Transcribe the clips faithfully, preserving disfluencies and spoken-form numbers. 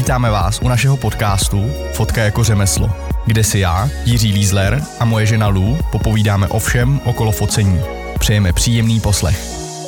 Vítáme vás u našeho podcastu Fotka jako řemeslo, kde si já, Jiří Lízler a moje žena Lou popovídáme o všem okolo focení. Přejeme příjemný poslech.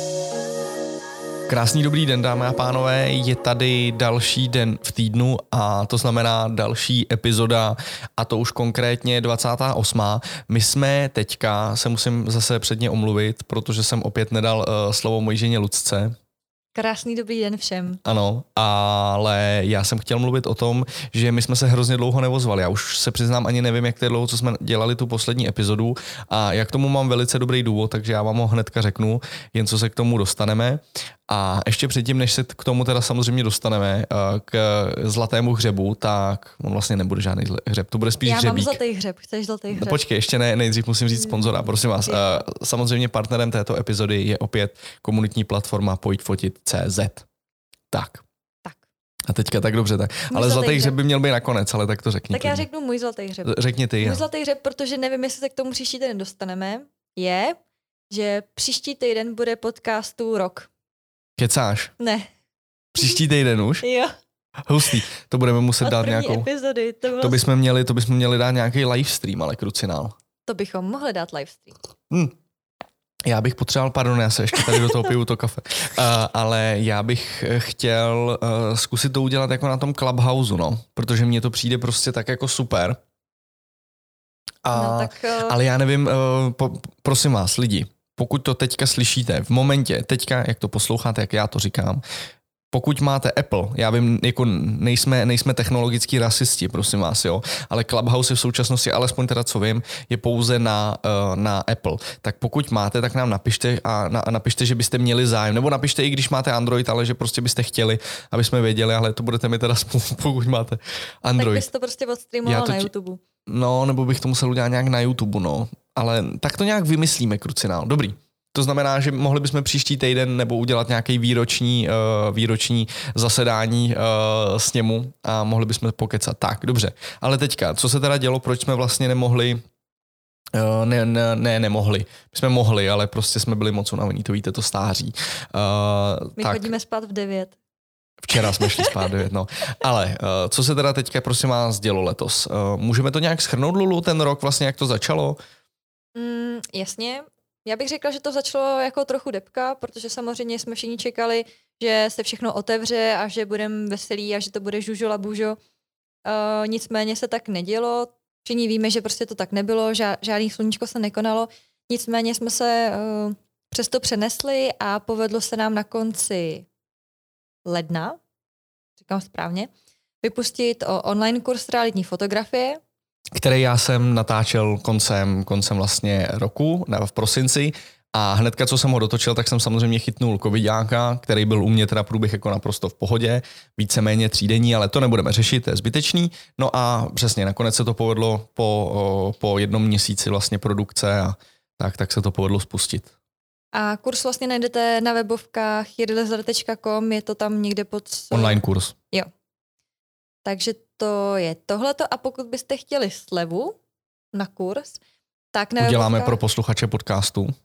Krásný dobrý den, dámy a pánové, je tady další den v týdnu a to znamená další epizoda a to už konkrétně dvacátá osmá My jsme teďka, se musím zase předně omluvit, protože jsem opět nedal uh, slovo mojí ženě Lucce. Krásný dobrý den všem. Ano, ale já jsem chtěl mluvit o tom, že my jsme se hrozně dlouho nevozvali. Já už se přiznám, ani nevím, jak to je dlouho, co jsme dělali tu poslední epizodu a jak tomu mám velice dobrý důvod, takže já vám ho hnedka řeknu, jen co se k tomu dostaneme. A ještě předtím, než se k tomu teda samozřejmě dostaneme, k zlatému hřebu, tak on vlastně nebude žádný hřeb, to bude spíš já hřebík. Já mám zlatý hřeb, chceš zlatý hřeb? No počkej, ještě ne, nejdřív musím říct sponzora, prosím vás. Uh, samozřejmě partnerem této epizody je opět komunitní platforma Pojď fotit tečka cé zet. Tak. Tak. A teďka tak dobře, tak. Můj ale zlatý zlatý hřeb hřeb by měl být nakonec, ale tak to řekni. Tak já řeknu můj zlatý hřeb. Řekni ty. Můj já. zlatý hřeb, protože nevím, jestli se k tomu příští týden dostaneme, je, že příští týden bude podcastu rok. Kecáš? Ne. Příští týden už? Jo. Hustý. To budeme muset Od dát první nějakou. epizody. To, bylo... To bychom měli, to bychom měli dát nějaký live stream, ale krucinál. To bychom mohli dát live stream. Hm. Já bych potřeboval, pardon, já se ještě tady do toho piju to kafe, uh, ale já bych chtěl uh, zkusit to udělat jako na tom Clubhouse, no, protože mně to přijde prostě tak jako super. A, no, tak, uh... Ale já nevím, uh, po, prosím vás, lidi, pokud to teďka slyšíte, v momentě, teďka, jak to posloucháte, jak já to říkám, pokud máte Apple, já vím, jako nejsme, nejsme technologický rasisti, prosím vás, jo, ale Clubhouse je v současnosti, alespoň teda co vím, je pouze na, uh, na Apple. Tak pokud máte, tak nám napište a na, napište, že byste měli zájem, nebo napište i když máte Android, ale že prostě byste chtěli, aby jsme věděli, ale to budete mi teda pokud máte Android. Tak bys to prostě odstreamoval na YouTube. No, nebo bych to musel udělat nějak na YouTube, no, ale tak to nějak vymyslíme, krucinál, dobrý. To znamená, že mohli bychom příští týden nebo udělat nějaký výroční, uh, výroční zasedání uh, sněmu a mohli bychom pokecat. Tak, dobře. Ale teďka, co se teda dělo, proč jsme vlastně nemohli, uh, ne, ne, ne, nemohli. My jsme mohli, ale prostě jsme byli moc unavení, to víte, to stáří. Uh, My tak. chodíme spát v devět. Včera jsme šli spát devět, no. Ale uh, co se teda teďka, prosím vás, dělo letos? Uh, můžeme to nějak shrnout, Lulu, ten rok vlastně, jak to začalo? Mm, jasně. Já bych řekla, že to začalo jako trochu depka, protože samozřejmě jsme všichni čekali, že se všechno otevře a že budeme veselí a že to bude žužola bužo. Uh, nicméně se tak nedělo. Všichni víme, že prostě to tak nebylo, ža- žádný sluníčko se nekonalo. Nicméně jsme se uh, přesto přenesli a povedlo se nám na konci ledna, říkám správně, vypustit o online kurz realitní fotografie, který já jsem natáčel koncem, koncem vlastně roku, v prosinci a hnedka, co jsem ho dotočil, tak jsem samozřejmě chytnul covidáka, který byl u mě teda průběh jako naprosto v pohodě, víceméně třídenní, ale to nebudeme řešit, to je zbytečný. No a přesně, nakonec se to povedlo po, po jednom měsíci vlastně produkce a tak, tak se to povedlo spustit. A kurz vlastně najdete na webovkách jirilezler tečka com, je to tam někde pod... Online kurz. Jo. Takže to je tohleto a pokud byste chtěli slevu na kurz, tak na uděláme webovkách... pro posluchače podcastu. Uh,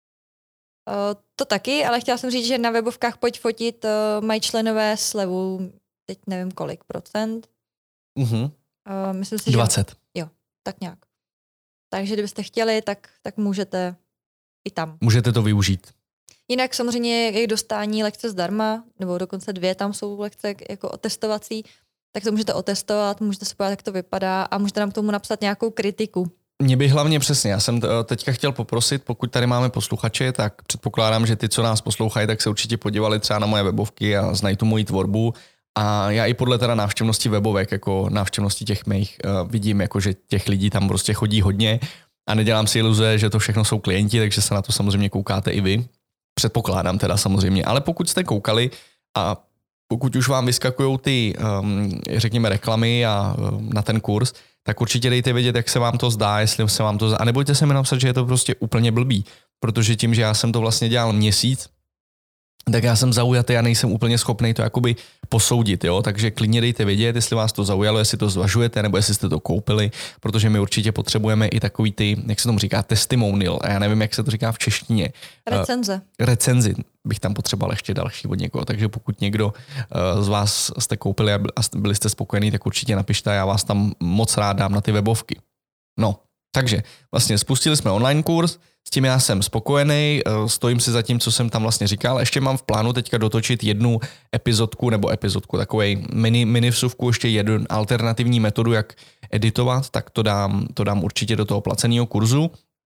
to taky, ale chtěla jsem říct, že na webovkách Pojď fotit uh, mají členové slevu, teď nevím kolik procent. Uh-huh. Uh, myslím si, dvacet. Že... Jo, tak nějak. Takže kdybyste chtěli, tak, tak můžete i tam. Můžete to využít. Jinak samozřejmě je k dostání lekce zdarma, nebo dokonce dvě tam jsou lekce jako testovací, tak to můžete otestovat, můžete se podívat, jak to vypadá a můžete nám k tomu napsat nějakou kritiku. Mě by hlavně přesně, já jsem teďka chtěl poprosit, pokud tady máme posluchače, tak předpokládám, že ty, co nás poslouchají, tak se určitě podívali třeba na moje webovky a znají tu moji tvorbu. A já i podle teda návštěvnosti webovek, jako návštěvnosti těch mých, uh, vidím, jako, že těch lidí tam prostě chodí hodně a nedělám si iluze, že to všechno jsou klienti, takže se na to samozřejmě koukáte i vy. Předpokládám teda samozřejmě, ale pokud jste koukali a pokud už vám vyskakují ty, um, řekněme, reklamy a um, na ten kurz, tak určitě dejte vědět, jak se vám to zdá, jestli se vám to zdá. A nebojte se mi napsat, že je to prostě úplně blbý, protože tím, že já jsem to vlastně dělal měsíc, tak já jsem zaujatý a nejsem úplně schopný to jakoby posoudit, jo, takže klidně dejte vědět, jestli vás to zaujalo, jestli to zvažujete, nebo jestli jste to koupili, protože my určitě potřebujeme i takový ty, jak se tomu říká, testimonial, a já nevím, jak se to říká v češtině. Recenze. Uh, recenzi bych tam potřeboval ještě další od někoho, takže pokud někdo uh, z vás jste koupili a byli jste spokojení, tak určitě napište, já vás tam moc rád dám na ty webovky. No, takže vlastně spustili jsme online kurz, s tím já jsem spokojený, stojím si za tím, co jsem tam vlastně říkal. Ještě mám v plánu teďka dotočit jednu epizodku, nebo epizodku, takovej mini, mini vsuvku, ještě jednu alternativní metodu, jak editovat, tak to dám, to dám určitě do toho placeného kurzu.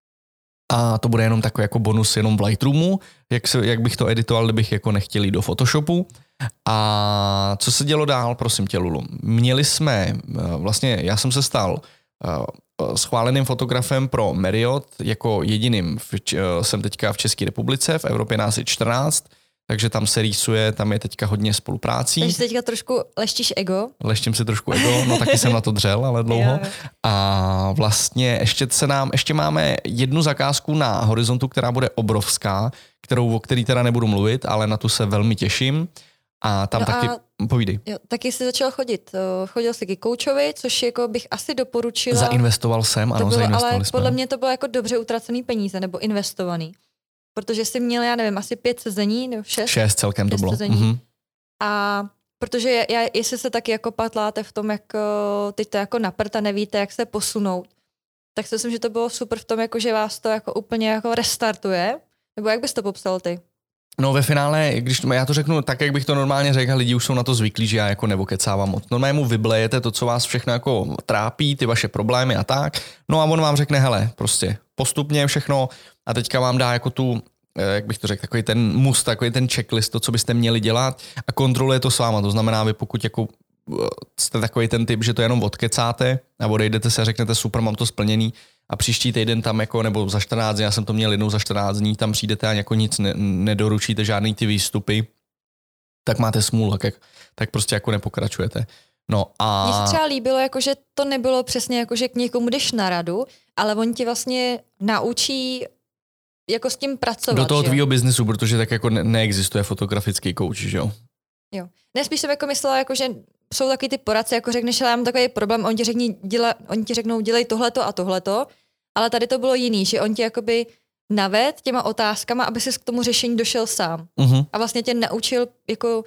A to bude jenom takový jako bonus jenom v Lightroomu, jak, se, jak bych to editoval, kdybych jako nechtěl jít do Photoshopu. A co se dělo dál, prosím tě, Lulu? Měli jsme, vlastně já jsem se stal schváleným fotografem pro Marriott, jako jediným v, jsem teďka v České republice, v Evropě nás je čtrnáct, takže tam se rýsuje, tam je teďka hodně spoluprácí. Takže teďka trošku leštíš ego. Leštím si trošku ego, no taky jsem na to dřel, ale dlouho. Jo. A vlastně ještě se nám, ještě máme jednu zakázku na horizontu, která bude obrovská, kterou, o který teda nebudu mluvit, ale na tu se velmi těším. A tam no taky, a, povídej. Jo, taky jsi začal chodit. Chodil jsi k koučovi, což jako bych asi doporučila. Zainvestoval jsem, ano, to bylo, zainvestovali ale jsme. podle mě to bylo jako dobře utracený peníze, nebo investovaný. Protože jsi měl, já nevím, asi pět sezení, nebo šest? Šest celkem šest to bylo. Mm-hmm. A protože já, jestli se taky jako patláte v tom, jak teď to jako naprt a nevíte, jak se posunout, tak si myslím, že to bylo super v tom, jako, že vás to jako úplně jako restartuje. Nebo jak bys to popsal ty? No ve finále, když to, já to řeknu tak, jak bych to normálně řekl, lidi už jsou na to zvyklí, že já jako nevokecávám moc. Normálně mu vyblejete to, co vás všechno jako trápí, ty vaše problémy a tak. No a on vám řekne, hele, prostě postupně všechno a teďka vám dá jako tu, jak bych to řekl, takový ten mus, takový ten checklist, to, co byste měli dělat a kontroluje to s váma. To znamená, vy pokud jako jste takový ten typ, že to jenom odkecáte a odejdete se a řeknete, super, mám to splněný, a příští týden tam jako, nebo za čtrnáct dní, já jsem to měl jednou za čtrnáct dní, tam přijdete a jako nic ne, nedoručíte, žádný ty výstupy, tak máte smůlu, tak, tak prostě jako nepokračujete. No a... Mně se třeba líbilo, jako, že to nebylo přesně jako, že k někomu jdeš na radu, ale on ti vlastně naučí jako s tím pracovat. Do toho že? tvýho biznesu, protože tak jako ne- neexistuje fotografický coach, že jo? Jo. Ne, spíš jsem jako myslela, jako, že jsou taky ty poradce, jako řekneš, ale já mám takový problém, on ti, řekni, děla, on ti řeknou, dělej tohleto a tohleto, ale tady to bylo jiný, že on ti jakoby naved těma otázkama, aby si k tomu řešení došel sám. Uh-huh. A vlastně tě naučil jako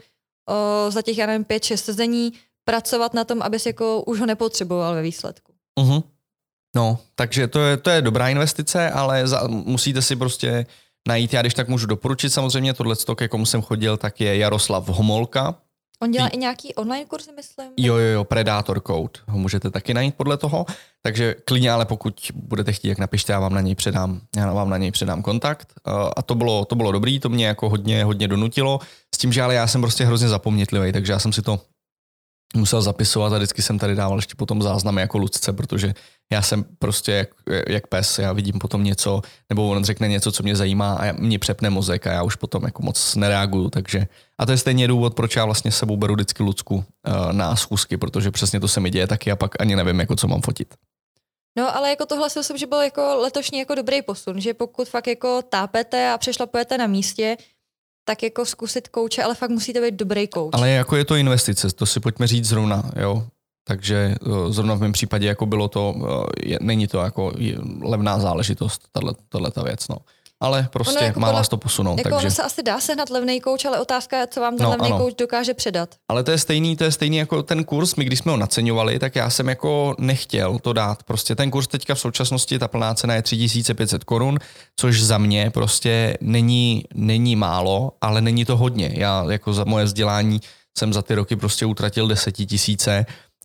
o, za těch, já nevím, pět, šest sezení pracovat na tom, abys jako už ho nepotřeboval ve výsledku. Uh-huh. No, takže to je, to je dobrá investice, ale za, musíte si prostě najít, já když tak můžu doporučit samozřejmě, tohleto, ke komu jsem chodil, tak je Jaroslav Homolka. On dělá Ty... i nějaký online kurzy, myslím? Jo, jo, jo, Predator Code, ho můžete taky najít podle toho, takže klidně, ale pokud budete chtít, jak napište, já vám na něj předám, já vám na něj předám kontakt a to bylo, to bylo dobrý, to mě jako hodně, hodně donutilo, s tím, že ale já jsem prostě hrozně zapomnětlivý, takže já jsem si to musel zapisovat a vždycky jsem tady dával ještě potom záznamy jako Lucce, protože já jsem prostě jak, jak pes, já vidím potom něco, nebo on řekne něco, co mě zajímá a mě přepne mozek a já už potom jako moc nereaguju, takže a to je stejně důvod, proč já vlastně s sebou beru vždycky Lucku uh, na schůzky, protože přesně to se mi děje taky a pak ani nevím, jako co mám fotit. No, ale jako tohle si myslím, že byl jako letošní jako dobrý posun, že pokud fakt jako tápete a přešlapujete na místě, tak jako zkusit kouče, ale fakt musíte být dobrý kouč. Ale jako je to investice, to si pojďme říct zrovna, jo. Takže zrovna v mém případě jako bylo to, je, není to jako levná záležitost, tahle ta věc, no. Ale prostě jako má podle, vás to posunout. Jako takže... ono se asi dá sehnat levný kouč, ale otázka je, co vám ten no, levný kouč dokáže předat. Ale to je stejný, to je stejný jako ten kurz, my když jsme ho naceňovali, tak já jsem jako nechtěl to dát. Prostě ten kurz teďka v současnosti, ta plná cena je tři tisíce pět set korun, což za mě prostě není, není málo, ale není to hodně. Já jako za moje vzdělání jsem za ty roky prostě utratil desetitisíce.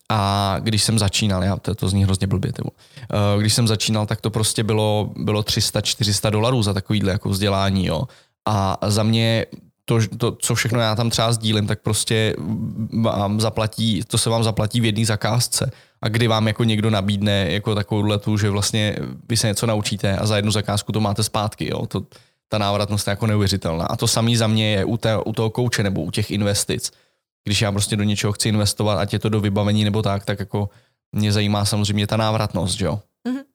A když jsem začínal, já, to, to zní hrozně blbě, tyvo. Když jsem začínal, tak to prostě bylo, bylo tři sta čtyři sta dolarů za takovýhle jako vzdělání, jo. A za mě to, to, co všechno já tam třeba sdílím, tak prostě vám zaplatí, to se vám zaplatí v jedné zakázce. A kdy vám jako někdo nabídne jako takovouhle tu, že vlastně vy se něco naučíte a za jednu zakázku to máte zpátky, jo. To, ta návratnost je jako neuvěřitelná. A to samý za mě je u, té, u toho kouče nebo u těch investic. Když já prostě do něčeho chci investovat, ať je to do vybavení nebo tak, tak jako mě zajímá samozřejmě ta návratnost, že jo? Mm-hmm.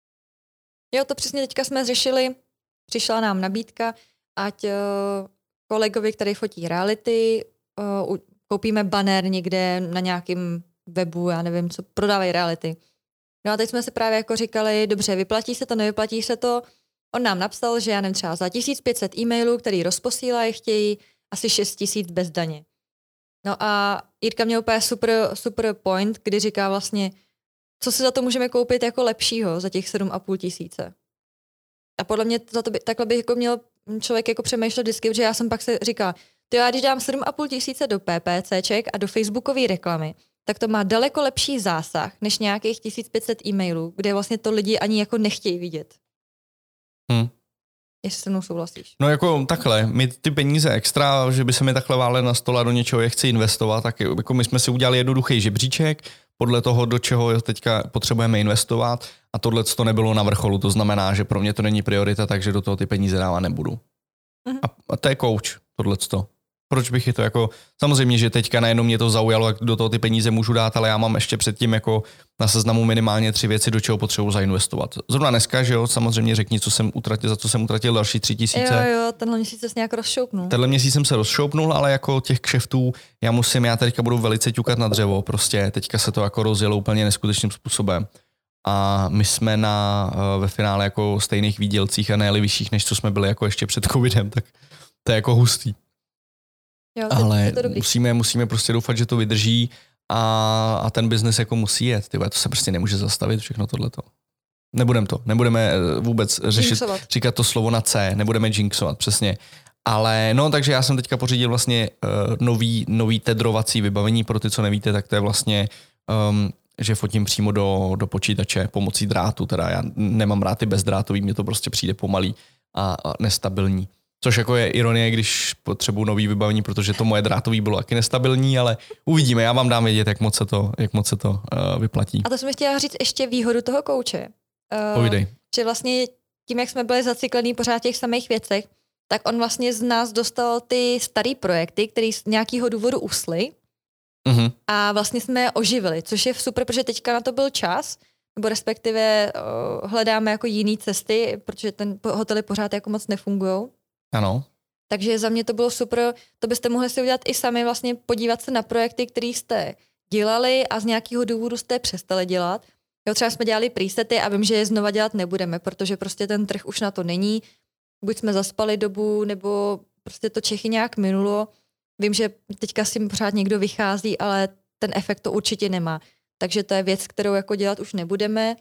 Jo, to přesně teďka jsme řešili, přišla nám nabídka, ať uh, kolegovi, který fotí reality, uh, koupíme banner někde na nějakém webu, já nevím, co prodávají reality. No a teď jsme si právě jako říkali, dobře, vyplatí se to, nevyplatí se to. On nám napsal, že já nevím, třeba za tisíc pět set e-mailů, který rozposílají, chtějí asi šest tisíc bez daně. No a Jirka měl úplně super, super point, kdy říká vlastně, co si za to můžeme koupit jako lepšího za těch sedm a půl tisíce. A podle mě za to by, takhle by jako měl člověk jako přemýšlet vždycky, protože já jsem pak se říkala, ty já když dám sedm a půl tisíce do PPCček a do facebookové reklamy, tak to má daleko lepší zásah, než nějakých tisíc pět set e-mailů, kde vlastně to lidi ani jako nechtějí vidět. Hmm. Jestli se mnou souhlasíš. No jako takhle, my ty peníze extra, že by se mi takhle vále na stole a do něčeho je chci investovat, tak jako my jsme si udělali jednoduchý žebříček podle toho, do čeho teďka potřebujeme investovat a tohle to nebylo na vrcholu, to znamená, že pro mě to není priorita, takže do toho ty peníze dávat nebudu. Uh-huh. A, a to je coach, tohleto. Proč bych je to jako, samozřejmě, že teďka najednou mě to zaujalo, jak do toho ty peníze můžu dát, ale já mám ještě předtím jako na seznamu minimálně tři věci, do čeho potřebuji zainvestovat. Zrovna dneska, že jo, samozřejmě řekni, co jsem utratil, za co jsem utratil další tři tisíce. Jo, jo, tenhle měsíc se nějak rozšoupnul. Tenhle měsíc jsem se rozšoupnul, ale jako těch kšeftů, já musím, já teďka budu velice ťukat na dřevo, prostě teďka se to jako rozjelo úplně neskutečným způsobem. A my jsme na, ve finále jako stejných výdělcích a ne vyšších, než co jsme byli jako ještě před covidem, tak to je jako hustý. Jo, ale musíme, musíme prostě doufat, že to vydrží a, a ten biznes jako musí jet. Tyhle, to se prostě nemůže zastavit všechno tohleto. Nebudeme to, nebudeme vůbec řešit, jinxovat. Říkat to slovo na C, nebudeme jinxovat, přesně. Ale no, takže já jsem teďka pořídil vlastně uh, nový, nový tedrovací vybavení, pro ty, co nevíte, tak to je vlastně, um, že fotím přímo do, do počítače pomocí drátu, teda já nemám rád ty bezdrátový, mně to prostě přijde pomalý a, a nestabilní. Což jako je ironie, když potřebuji nový vybavení, protože to moje drátový bylo taky nestabilní, ale uvidíme, já vám dám vědět, jak moc se to, jak moc se to uh, vyplatí. A to jsem chtěla říct ještě výhodu toho kouče. Uh, Povídej. Že vlastně tím, jak jsme byli zacyklení pořád těch samých věcech, tak on vlastně z nás dostal ty starý projekty, které z nějakého důvodu usly uh-huh. a vlastně jsme je oživili, což je super, protože teďka na to byl čas, nebo respektive uh, hledáme jako jiný cesty, protože ten hotely pořád jako moc nefungujou. Ano. Takže za mě to bylo super, to byste mohli si udělat i sami, vlastně podívat se na projekty, které jste dělali a z nějakého důvodu jste přestali dělat. Jo, třeba jsme dělali presety a vím, že je znova dělat nebudeme, protože prostě ten trh už na to není. Buď jsme zaspali dobu, nebo prostě to Čechy nějak minulo. Vím, že teďka si pořád někdo vychází, ale ten efekt to určitě nemá. Takže to je věc, kterou jako dělat už nebudeme.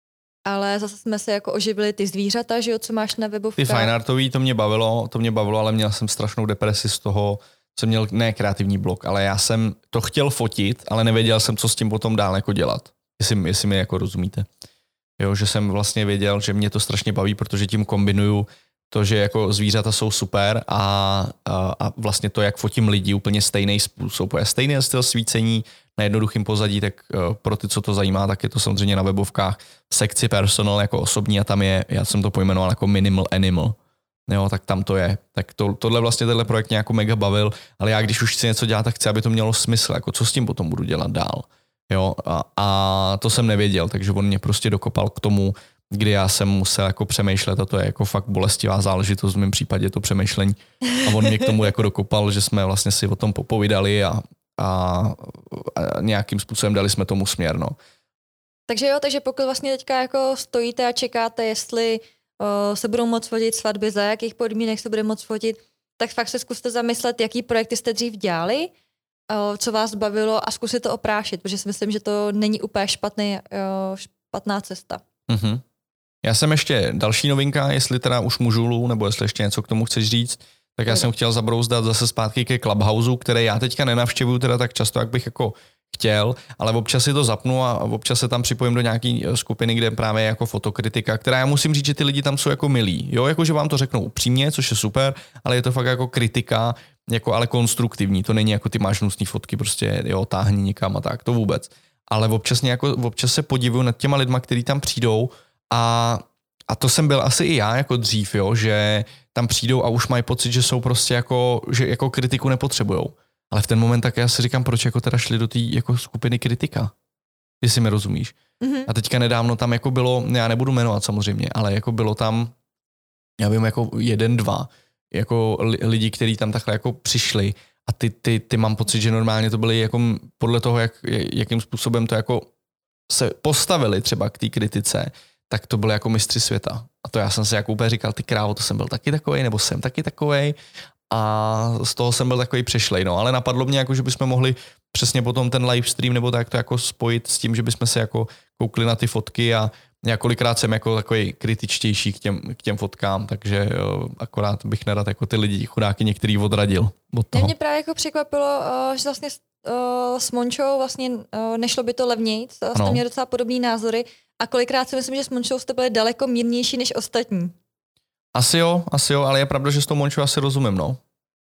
Ale zase jsme se jako oživili ty zvířata, že jo, co máš na webovkách. Ty fineartový, to mě bavilo, to mě bavilo, ale měl jsem strašnou depresi z toho, jsem měl ne kreativní blok, ale já jsem to chtěl fotit, ale nevěděl jsem, co s tím potom dál jako dělat. Jestli, jestli mi jako rozumíte. Jo, že jsem vlastně věděl, že mě to strašně baví, protože tím kombinuju to, že jako zvířata jsou super a, a, a vlastně to, jak fotím lidi, úplně stejný způsob, je stejný styl svícení na jednoduchým pozadí, tak pro ty, co to zajímá, tak je to samozřejmě na webovkách v sekci personal jako osobní a tam je, já jsem to pojmenoval jako minimal animal. Jo, tak tam to je. Tak to, tohle vlastně tenhle projekt mě jako mega bavil, ale já když už chci něco dělat, tak chci, aby to mělo smysl, jako co s tím potom budu dělat dál. Jo, a, a to jsem nevěděl, takže on mě prostě dokopal k tomu, kdy já jsem musel jako přemýšlet a to je jako fakt bolestivá záležitost v mém případě to přemýšlení a on mě k tomu jako dokopal, že jsme vlastně si o tom popovídali a, a, a nějakým způsobem dali jsme tomu směr, no. Takže jo, takže pokud vlastně teďka jako stojíte a čekáte, jestli o, se budou moc fotit svatby, za jakých podmínek se bude moc fotit, tak fakt se zkuste zamyslet, jaký projekty jste dřív dělali, o, co vás bavilo a zkusit to oprášit, protože si myslím, že to není úplně špatný, o, špatná cesta. Mhm. Já jsem ještě další novinka, jestli teda už můžu, nebo jestli ještě něco k tomu chceš říct, tak já jsem chtěl zabrouzdat zase zpátky ke Clubhouseu, které já teďka nenavštěvuju teda tak často, jak bych jako chtěl, ale občas si to zapnu a občas se tam připojím do nějaký skupiny, kde právě je jako fotokritika, která já musím říct, že ty lidi tam jsou jako milí. Jo, jakože vám to řeknou upřímně, což je super, ale je to fakt jako kritika, jako ale konstruktivní. To není jako ty máš hnusný fotky, prostě jo, táhni někam a tak, to vůbec. Ale občas, nějako, občas se podivuju nad těma lidma, kteří tam přijdou a, a to jsem byl asi i já jako dřív, jo, že tam přijdou a už mají pocit, že jsou prostě jako, že jako kritiku nepotřebujou. Ale v ten moment tak já si říkám, proč jako teda šli do té jako skupiny kritika, jestli mi rozumíš. Mm-hmm. A teďka nedávno tam jako bylo, já nebudu jmenovat samozřejmě, ale jako bylo tam, já vím, jako jeden, dva, jako lidi, kteří tam takhle jako přišli a ty, ty, ty mám pocit, že normálně to byly jako podle toho, jak, jakým způsobem to jako se postavili třeba k té kritice, tak to byly jako mistři světa. A to já jsem si jako úplně říkal, ty krávo, to jsem byl taky takovej, nebo jsem taky takovej. A z toho jsem byl takový přešlej. No, ale napadlo mě, jako, že bychom mohli přesně potom ten live stream nebo tak to jako spojit s tím, že bychom se jako koukli na ty fotky a já kolikrát jsem jako takový kritičtější k těm, k těm fotkám, takže jo, akorát bych nerad jako ty lidi chudáky některý odradil od toho. Mě právě jako překvapilo, že vlastně s Mončou vlastně nešlo by to levnějc, jste měli docela podobný názory a kolikrát si myslím, že s Mončou jste byli daleko mírnější než ostatní. Asi jo, asi jo, ale je pravda, že s tou Mončou asi rozumím, no.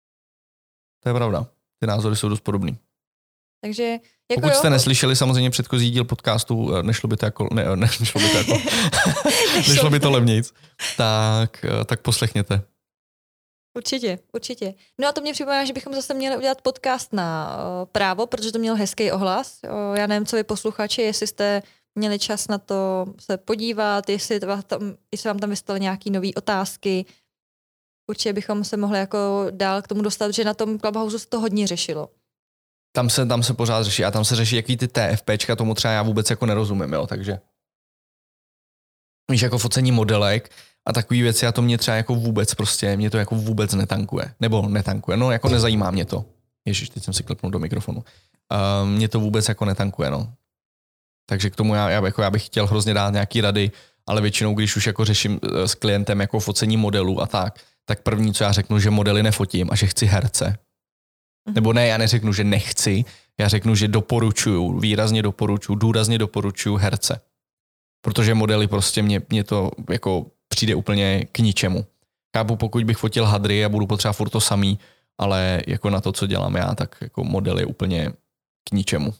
To je pravda. Ty názory jsou dost podobný. Takže jako pokud jste jo, neslyšeli samozřejmě předchozí díl podcastu, nešlo by to jako, ne, ne nešlo by to jako, nešlo by to levnějc, tak, tak poslechněte. Určitě, určitě. No a to mě připomíná, že bychom zase měli udělat podcast na uh, právo, protože to měl hezký ohlas. Uh, já nevím, co vy posluchači, jestli jste měli čas na to se podívat, jestli, tam, jestli vám tam vystaly nějaké nové otázky. Určitě bychom se mohli jako dál k tomu dostat, že na tom Clubhouse se to hodně řešilo. Tam se, tam se pořád řeší a tam se řeší jaký ty TFPčka, tomu třeba já vůbec jako nerozumím, jo, takže víš, jako focení modelek a takový věci a to mě třeba jako vůbec prostě, mě to jako vůbec netankuje, nebo netankuje, no jako nezajímá mě to. Ježiš, teď jsem si klepnul do mikrofonu. Uh, mě to vůbec jako netankuje, no. Takže k tomu já, já, jako já bych chtěl hrozně dát nějaký rady, ale většinou, když už jako řeším s klientem jako focení modelů a tak, tak první, co já řeknu, že modely nefotím a že chci herce. Nebo ne, já neřeknu, že nechci, já řeknu, že doporučuju, výrazně doporučuju, důrazně doporučuju herce. Protože modely prostě mě, mě to jako přijde úplně k ničemu. Chápu, pokud bych fotil hadry a budu potřebovat furt to samý, ale jako na to, co dělám já, tak jako model je úplně k ničemu.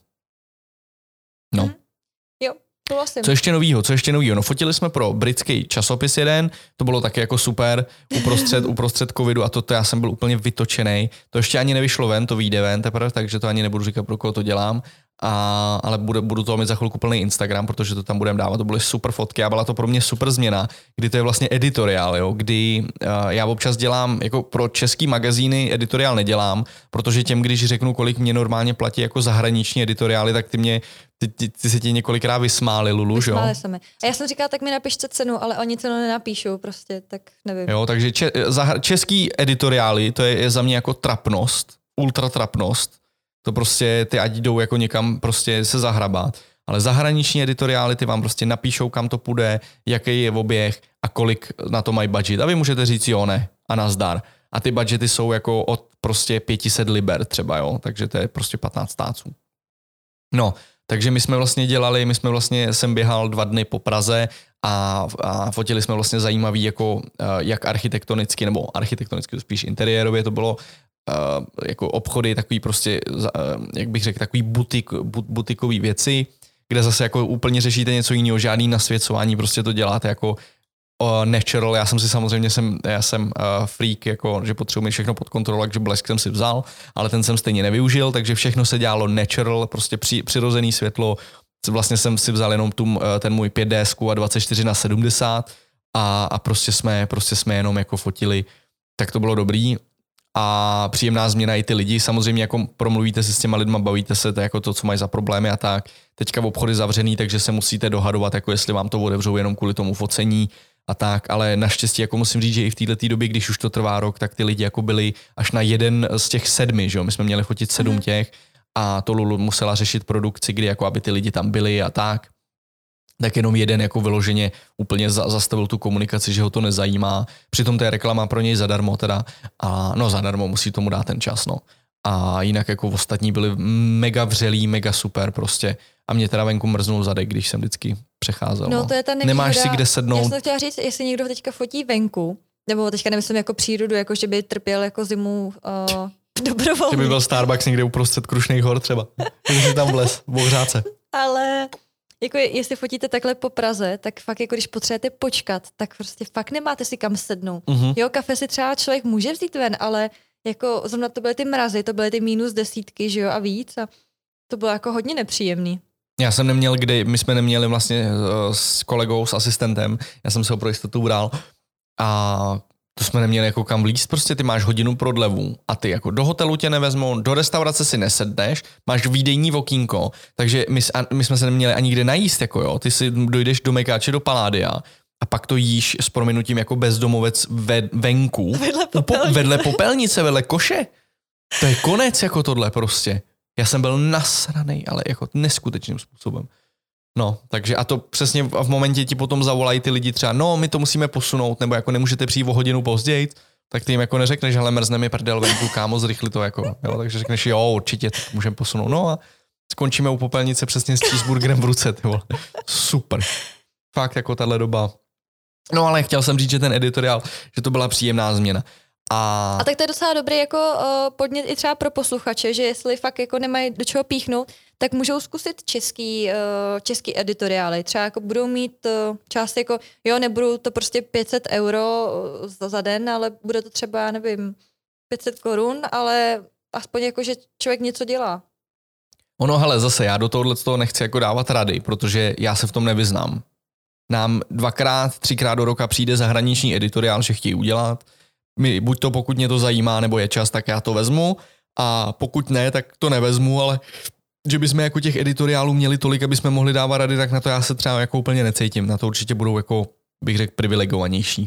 No. Mm. Jo, to vlastně. Co ještě novýho, co ještě novýho? No fotili jsme pro britský časopis jeden, to bylo taky jako super, uprostřed, uprostřed covidu a to, to já jsem byl úplně vytočený. To ještě ani nevyšlo ven, to vyjde ven teprve, takže to ani nebudu říkat, pro koho to dělám. A, ale budu, budu toho mít za chvilku plný Instagram, protože to tam budeme dávat. To byly super fotky a byla to pro mě super změna, kdy to je vlastně editoriál, jo, kdy uh, já občas dělám, jako pro český magazíny editoriál nedělám, protože těm, když řeknu, kolik mě normálně platí jako zahraniční editoriály, tak ty mě, ty, ty, ty se ti několikrát vysmáli, Lulu, že jo? Vysmáli se mi. A já jsem říkala, tak mi napište cenu, ale oni cenu nenapíšou prostě, tak nevím. Jo, takže če, zahra, český editoriály, to je, je za mě jako trapnost, ultra trapnost. To prostě ty ať jdou jako někam prostě se zahrabat. Ale zahraniční editoriály ty vám prostě napíšou, kam to půjde, jaký je oběh a kolik na to mají budget. A vy můžete říct jo, ne a nazdar. A ty budgety jsou jako od prostě pět set liber třeba, jo. Takže to je prostě patnáct stáců. No, takže my jsme vlastně dělali, my jsme vlastně, jsem běhal dva dny po Praze a, a fotili jsme vlastně zajímavý jako jak architektonicky, nebo architektonicky spíš interiérově to bylo, Uh, jako obchody, takový prostě, uh, jak bych řekl, takový butik, but, butikový věci, kde zase jako úplně řešíte něco jiného, žádný nasvěcování, prostě to děláte jako uh, natural. Já jsem si samozřejmě, jsem, já jsem uh, freak, jako, že potřebuji mít všechno pod kontrolou, takže blesk jsem si vzal, ale ten jsem stejně nevyužil, takže všechno se dělalo natural, prostě při, přirozený světlo. Vlastně jsem si vzal jenom tu, uh, ten můj pět dé a dvacet čtyři na sedmdesát a, a prostě jsme, prostě jsme jenom jako fotili, tak to bylo dobrý. A příjemná změna i ty lidi, samozřejmě jako promluvíte si s těma lidma, bavíte se, to je jako to, co mají za problémy a tak. Teďka v obchody zavřený, takže se musíte dohadovat, jako jestli vám to otevřou jenom kvůli tomu focení a tak, ale naštěstí jako musím říct, že i v této době, když už to trvá rok, tak ty lidi jako byli až na jeden z těch sedmi, že jo, my jsme měli fotit sedm mm. těch a to Lulu musela řešit produkci, kdy jako aby ty lidi tam byli a tak. Tak jenom jeden jako vyloženě úplně zastavil tu komunikaci, že ho to nezajímá. Přitom to je reklama pro něj zadarmo teda. A no zadarmo musí tomu dát ten čas, no. A jinak jako ostatní byli mega vřelí, mega super prostě. A mě teda venku mrznul zadek, když jsem vždycky přecházel. No, to je ta nevýhoda. Nemáš si kde sednout. Já jsem chtěla říct, jestli někdo teďka fotí venku, nebo teďka nemyslím jako přírodu, jako že by trpěl jako zimu uh, dobrovolně. Že by byl Starbucks někde uprostřed Krušných hor třeba. Když tam vlez, v Ohřádce. Ale jako jestli fotíte takhle po Praze, tak fakt jako když potřebujete počkat, tak prostě fakt nemáte si kam sednout. Uh-huh. Jo, kafe si třeba člověk může vzít ven, ale jako zrovna to byly ty mrazy, to byly ty minus desítky, že jo, a víc a to bylo jako hodně nepříjemný. Já jsem neměl, kde my jsme neměli vlastně s kolegou, s asistentem, já jsem se ho pro jistotu bral a to jsme neměli jako kam vlízt, prostě ty máš hodinu prodlevu a ty jako do hotelu tě nevezmou, do restaurace si nesedneš, máš výdejní okýnko, takže my, my jsme se neměli ani kde najíst, jako jo, ty si dojdeš do Mekáče, do Paládia a pak to jíš s prominutím jako bezdomovec ve, venku, vedle popelnice. vedle popelnice, vedle koše. To je konec jako tohle prostě. Já jsem byl nasranej, ale jako neskutečným způsobem. No, takže a to přesně v momentě ti potom zavolají ty lidi třeba, no, my to musíme posunout, nebo jako nemůžete přijít o hodinu později, tak ty jim jako neřekneš, ale mrzne mi prdel venku, kámo, zrychli to jako, jo, takže řekneš, jo, určitě, tak můžeme posunout, no a skončíme u popelnice přesně s cheeseburgerem v ruce, ty vole. Super. Fakt jako tahle doba. No ale chtěl jsem říct, že ten editoriál, že to byla příjemná změna. A... a tak to je docela dobrý jako uh, podnět i třeba pro posluchače, že jestli fakt jako nemají do čeho píchnout, tak můžou zkusit český, uh, český editoriály. Třeba jako budou mít uh, část jako, jo, nebudou to prostě pět set euro za, za den, ale bude to třeba, já nevím, pět set korun, ale aspoň jako, že člověk něco dělá. Ono, hele, zase já do tohohle toho nechci jako dávat rady, protože já se v tom nevyznám. Nám dvakrát, třikrát do roka přijde zahraniční editoriál, že chtějí udělat. My, buď to, pokud mě to zajímá, nebo je čas, tak já to vezmu a pokud ne, tak to nevezmu, ale že bychom jako těch editoriálů měli tolik, aby jsme mohli dávat rady, tak na to já se třeba jako úplně necítím. Na to určitě budou jako, bych řekl, privilegovanější.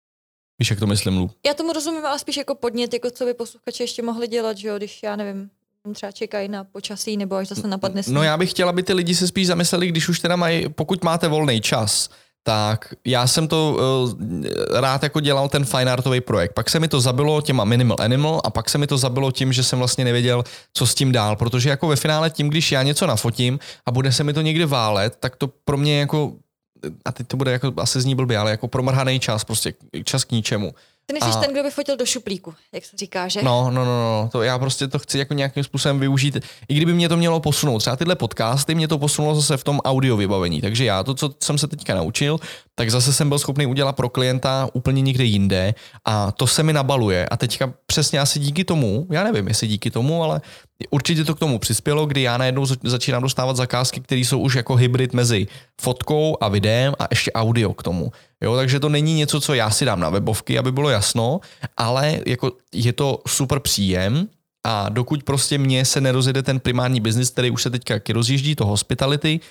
Víš, jak to myslím, Lu? Já tomu rozumím, ale spíš jako podnět, jako co by posluchači ještě mohli dělat, že jo, když já nevím, třeba čekají na počasí, nebo až zase napadne sníh. No já bych chtěla, aby ty lidi se spíš zamysleli, když už teda mají, pokud máte volný čas, tak já jsem to uh, rád jako dělal ten fine artový projekt. Pak se mi to zabilo těma Minimal Animal a pak se mi to zabilo tím, že jsem vlastně nevěděl, co s tím dál, protože jako ve finále tím, když já něco nafotím a bude se mi to někde válet, tak to pro mě jako, a teď to bude jako asi zní blbě, ale jako promrhaný čas, prostě čas k ničemu. Ty nejsi a... ten, kdo by fotil do šuplíku, jak se říká, že? No, no, no, no, to já prostě to chci jako nějakým způsobem využít, i kdyby mě to mělo posunout. Třeba tyhle podcasty mě to posunulo zase v tom audio vybavení, takže já to, co jsem se teďka naučil, tak zase jsem byl schopný udělat pro klienta úplně někde jinde a to se mi nabaluje a teďka přesně asi díky tomu, já nevím, jestli díky tomu, ale určitě to k tomu přispělo, kdy já najednou začínám dostávat zakázky, které jsou už jako hybrid mezi fotkou a videem a ještě audio k tomu. Jo, takže to není něco, co já si dám na webovky, aby bylo jasno, ale jako je to super příjem a dokud prostě mně se nerozjede ten primární biznis, který už se teďka rozjíždí, to hospitality,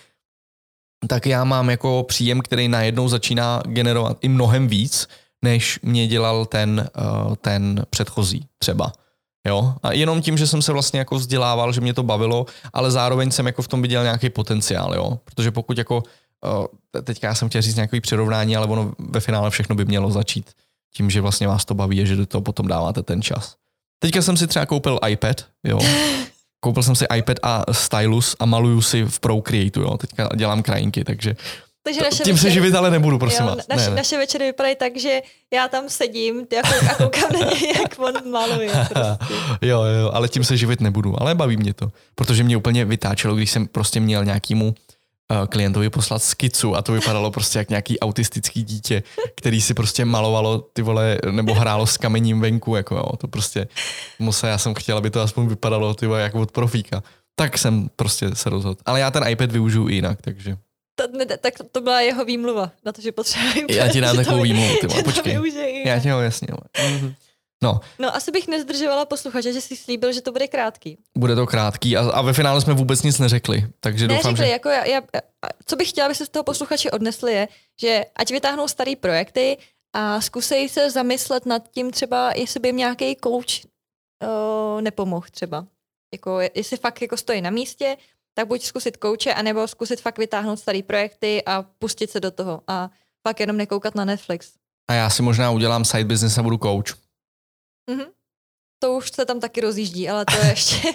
tak já mám jako příjem, který najednou začíná generovat i mnohem víc, než mě dělal ten, ten předchozí třeba. Jo? A jenom tím, že jsem se vlastně jako vzdělával, že mě to bavilo, ale zároveň jsem jako v tom viděl nějaký potenciál, jo? Protože pokud jako teďka já jsem chtěl říct nějaké přirovnání, ale ono ve finále všechno by mělo začít tím, že vlastně vás to baví a že do toho potom dáváte ten čas. Teďka jsem si třeba koupil iPad, jo. Koupil jsem si iPad a stylus a maluju si v Procreateu, jo. Teďka dělám krajinky, takže, takže naše tím večery, se živit ale nebudu, prosím jo, vás. Naše, ne, ne. naše večery vypadají tak, že já tam sedím a koukám na něj, jak on maluje. Prostě. Jo, jo, ale tím se živit nebudu, ale baví mě to, protože mě úplně vytáčelo, když jsem prostě měl nějakýmu klientovi poslat skicu a to vypadalo prostě jak nějaký autistický dítě, který si prostě malovalo ty vole, nebo hrálo s kamením venku, jako jo, to prostě musel, já jsem chtěl, aby to aspoň vypadalo ty vole, jako od profíka. Tak jsem prostě se rozhodl. Ale já ten iPad využiju i jinak, takže. To, ne, tak to byla jeho výmluva na to, že potřebuji. Já ti dám takovou výmluvu, ty vole, počkej. Já ti ho jasně. No. no, asi bych nezdržovala posluchače, že jsi slíbil, že to bude krátký. Bude to krátký a, a ve finále jsme vůbec nic neřekli, takže neřekli, doufám, že... jako já, já, co bych chtěla, aby se z toho posluchači odnesli je, že ať vytáhnou starý projekty a zkusej se zamyslet nad tím třeba, jestli by jim nějaký coach uh, nepomohl třeba. Jako, jestli fakt jako stojí na místě, tak buď zkusit kouče, anebo zkusit fakt vytáhnout starý projekty a pustit se do toho a fakt jenom nekoukat na Netflix. A já si možná udělám side business a budu coach. Mhm. To už se tam taky rozjíždí, ale to je ještě...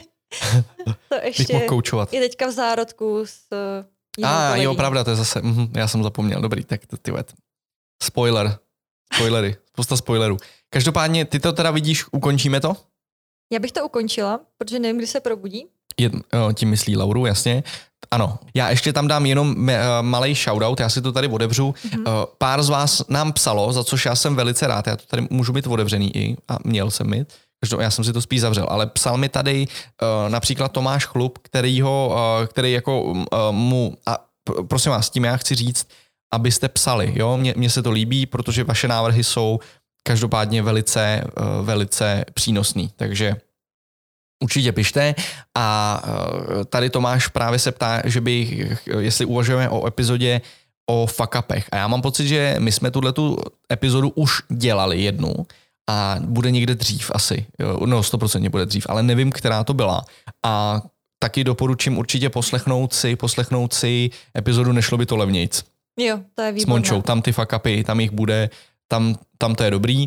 to ještě koučovat. Je teďka v zárodku s jinou A kolegy. jo, pravda, to je zase... Mhm, já jsem zapomněl. Dobrý, tak ty ved. Spoiler. Spoilery. Spousta spoilerů. Každopádně, ty to teda vidíš, ukončíme to? Já bych to ukončila, protože nevím, kdy se probudí. Je, jo, tím myslí Lauru, jasně. Ano, já ještě tam dám jenom malej shoutout, já si to tady otevřu. Mm-hmm. Pár z vás nám psalo, za což já jsem velice rád, já to tady můžu mít otevřený i, a měl jsem mít, já jsem si to spíš zavřel, ale psal mi tady například Tomáš Chlup, kterýho, který jako mu, a prosím vás, tím já chci říct, abyste psali, jo, mně, mně se to líbí, protože vaše návrhy jsou každopádně velice, velice přínosný. Takže určitě pište a tady Tomáš právě se ptá, že by, jestli uvažujeme o epizodě o fuck upech. A já mám pocit, že my jsme tuhletu epizodu už dělali jednu a bude někde dřív asi. No, sto procent bude dřív, ale nevím, která to byla. A taky doporučím určitě poslechnout si, poslechnout si epizodu Nešlo by to levnějc. Jo, to je výborné. S Mončou, tam ty fuck upy, tam jich bude, tam, tam to je dobrý.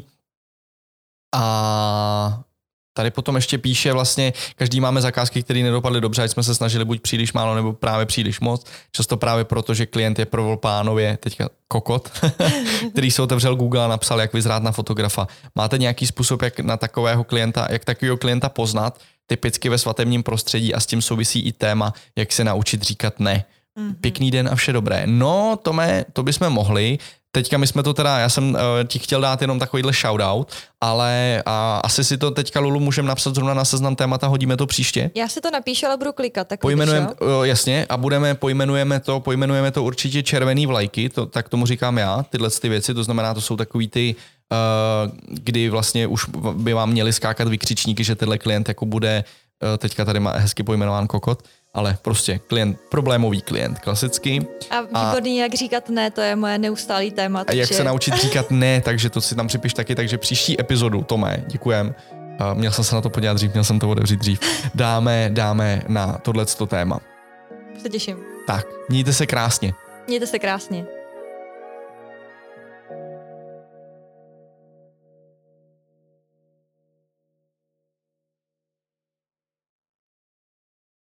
A tady potom ještě píše vlastně, každý máme zakázky, které nedopadly dobře, ať jsme se snažili buď příliš málo, nebo právě příliš moc. Často právě proto, že klient je prvoplánově teďka kokot, který se otevřel Google a napsal, jak vyzrát na fotografa. Máte nějaký způsob, jak na takového klienta, jak takového klienta poznat, typicky ve svatebním prostředí a s tím souvisí i téma, jak se naučit říkat ne. Mm-hmm. Pěkný den a vše dobré. No, Tome, to bychom mohli. Teďka my jsme to teda, já jsem uh, ti chtěl dát jenom takovýhle shoutout, ale uh, asi si to teďka, Lulu, můžeme napsat zrovna na seznam témata, hodíme to příště. Já si to napíšu, ale budu klikat. Tak pojmenujeme, uh, jasně, a budeme, pojmenujeme to, pojmenujeme to určitě červený vlajky, to, tak tomu říkám já, tyhle ty věci, to znamená, to jsou takový ty, uh, kdy vlastně už by vám měli skákat vykřičníky, že tenhle klient jako bude, uh, teďka tady má hezky pojmenován kokot, ale prostě klient, problémový klient, klasický. A výborný, a, jak říkat ne, to je moje neustálý téma. Takže... A jak se naučit říkat ne, takže to si tam připiš taky, takže příští epizodu, Tome, děkujem. Uh, měl jsem se na to podívat dřív, měl jsem to otevřít dřív. Dáme, dáme na tohleto téma. Se těším. Tak, mějte se krásně. Mějte se krásně.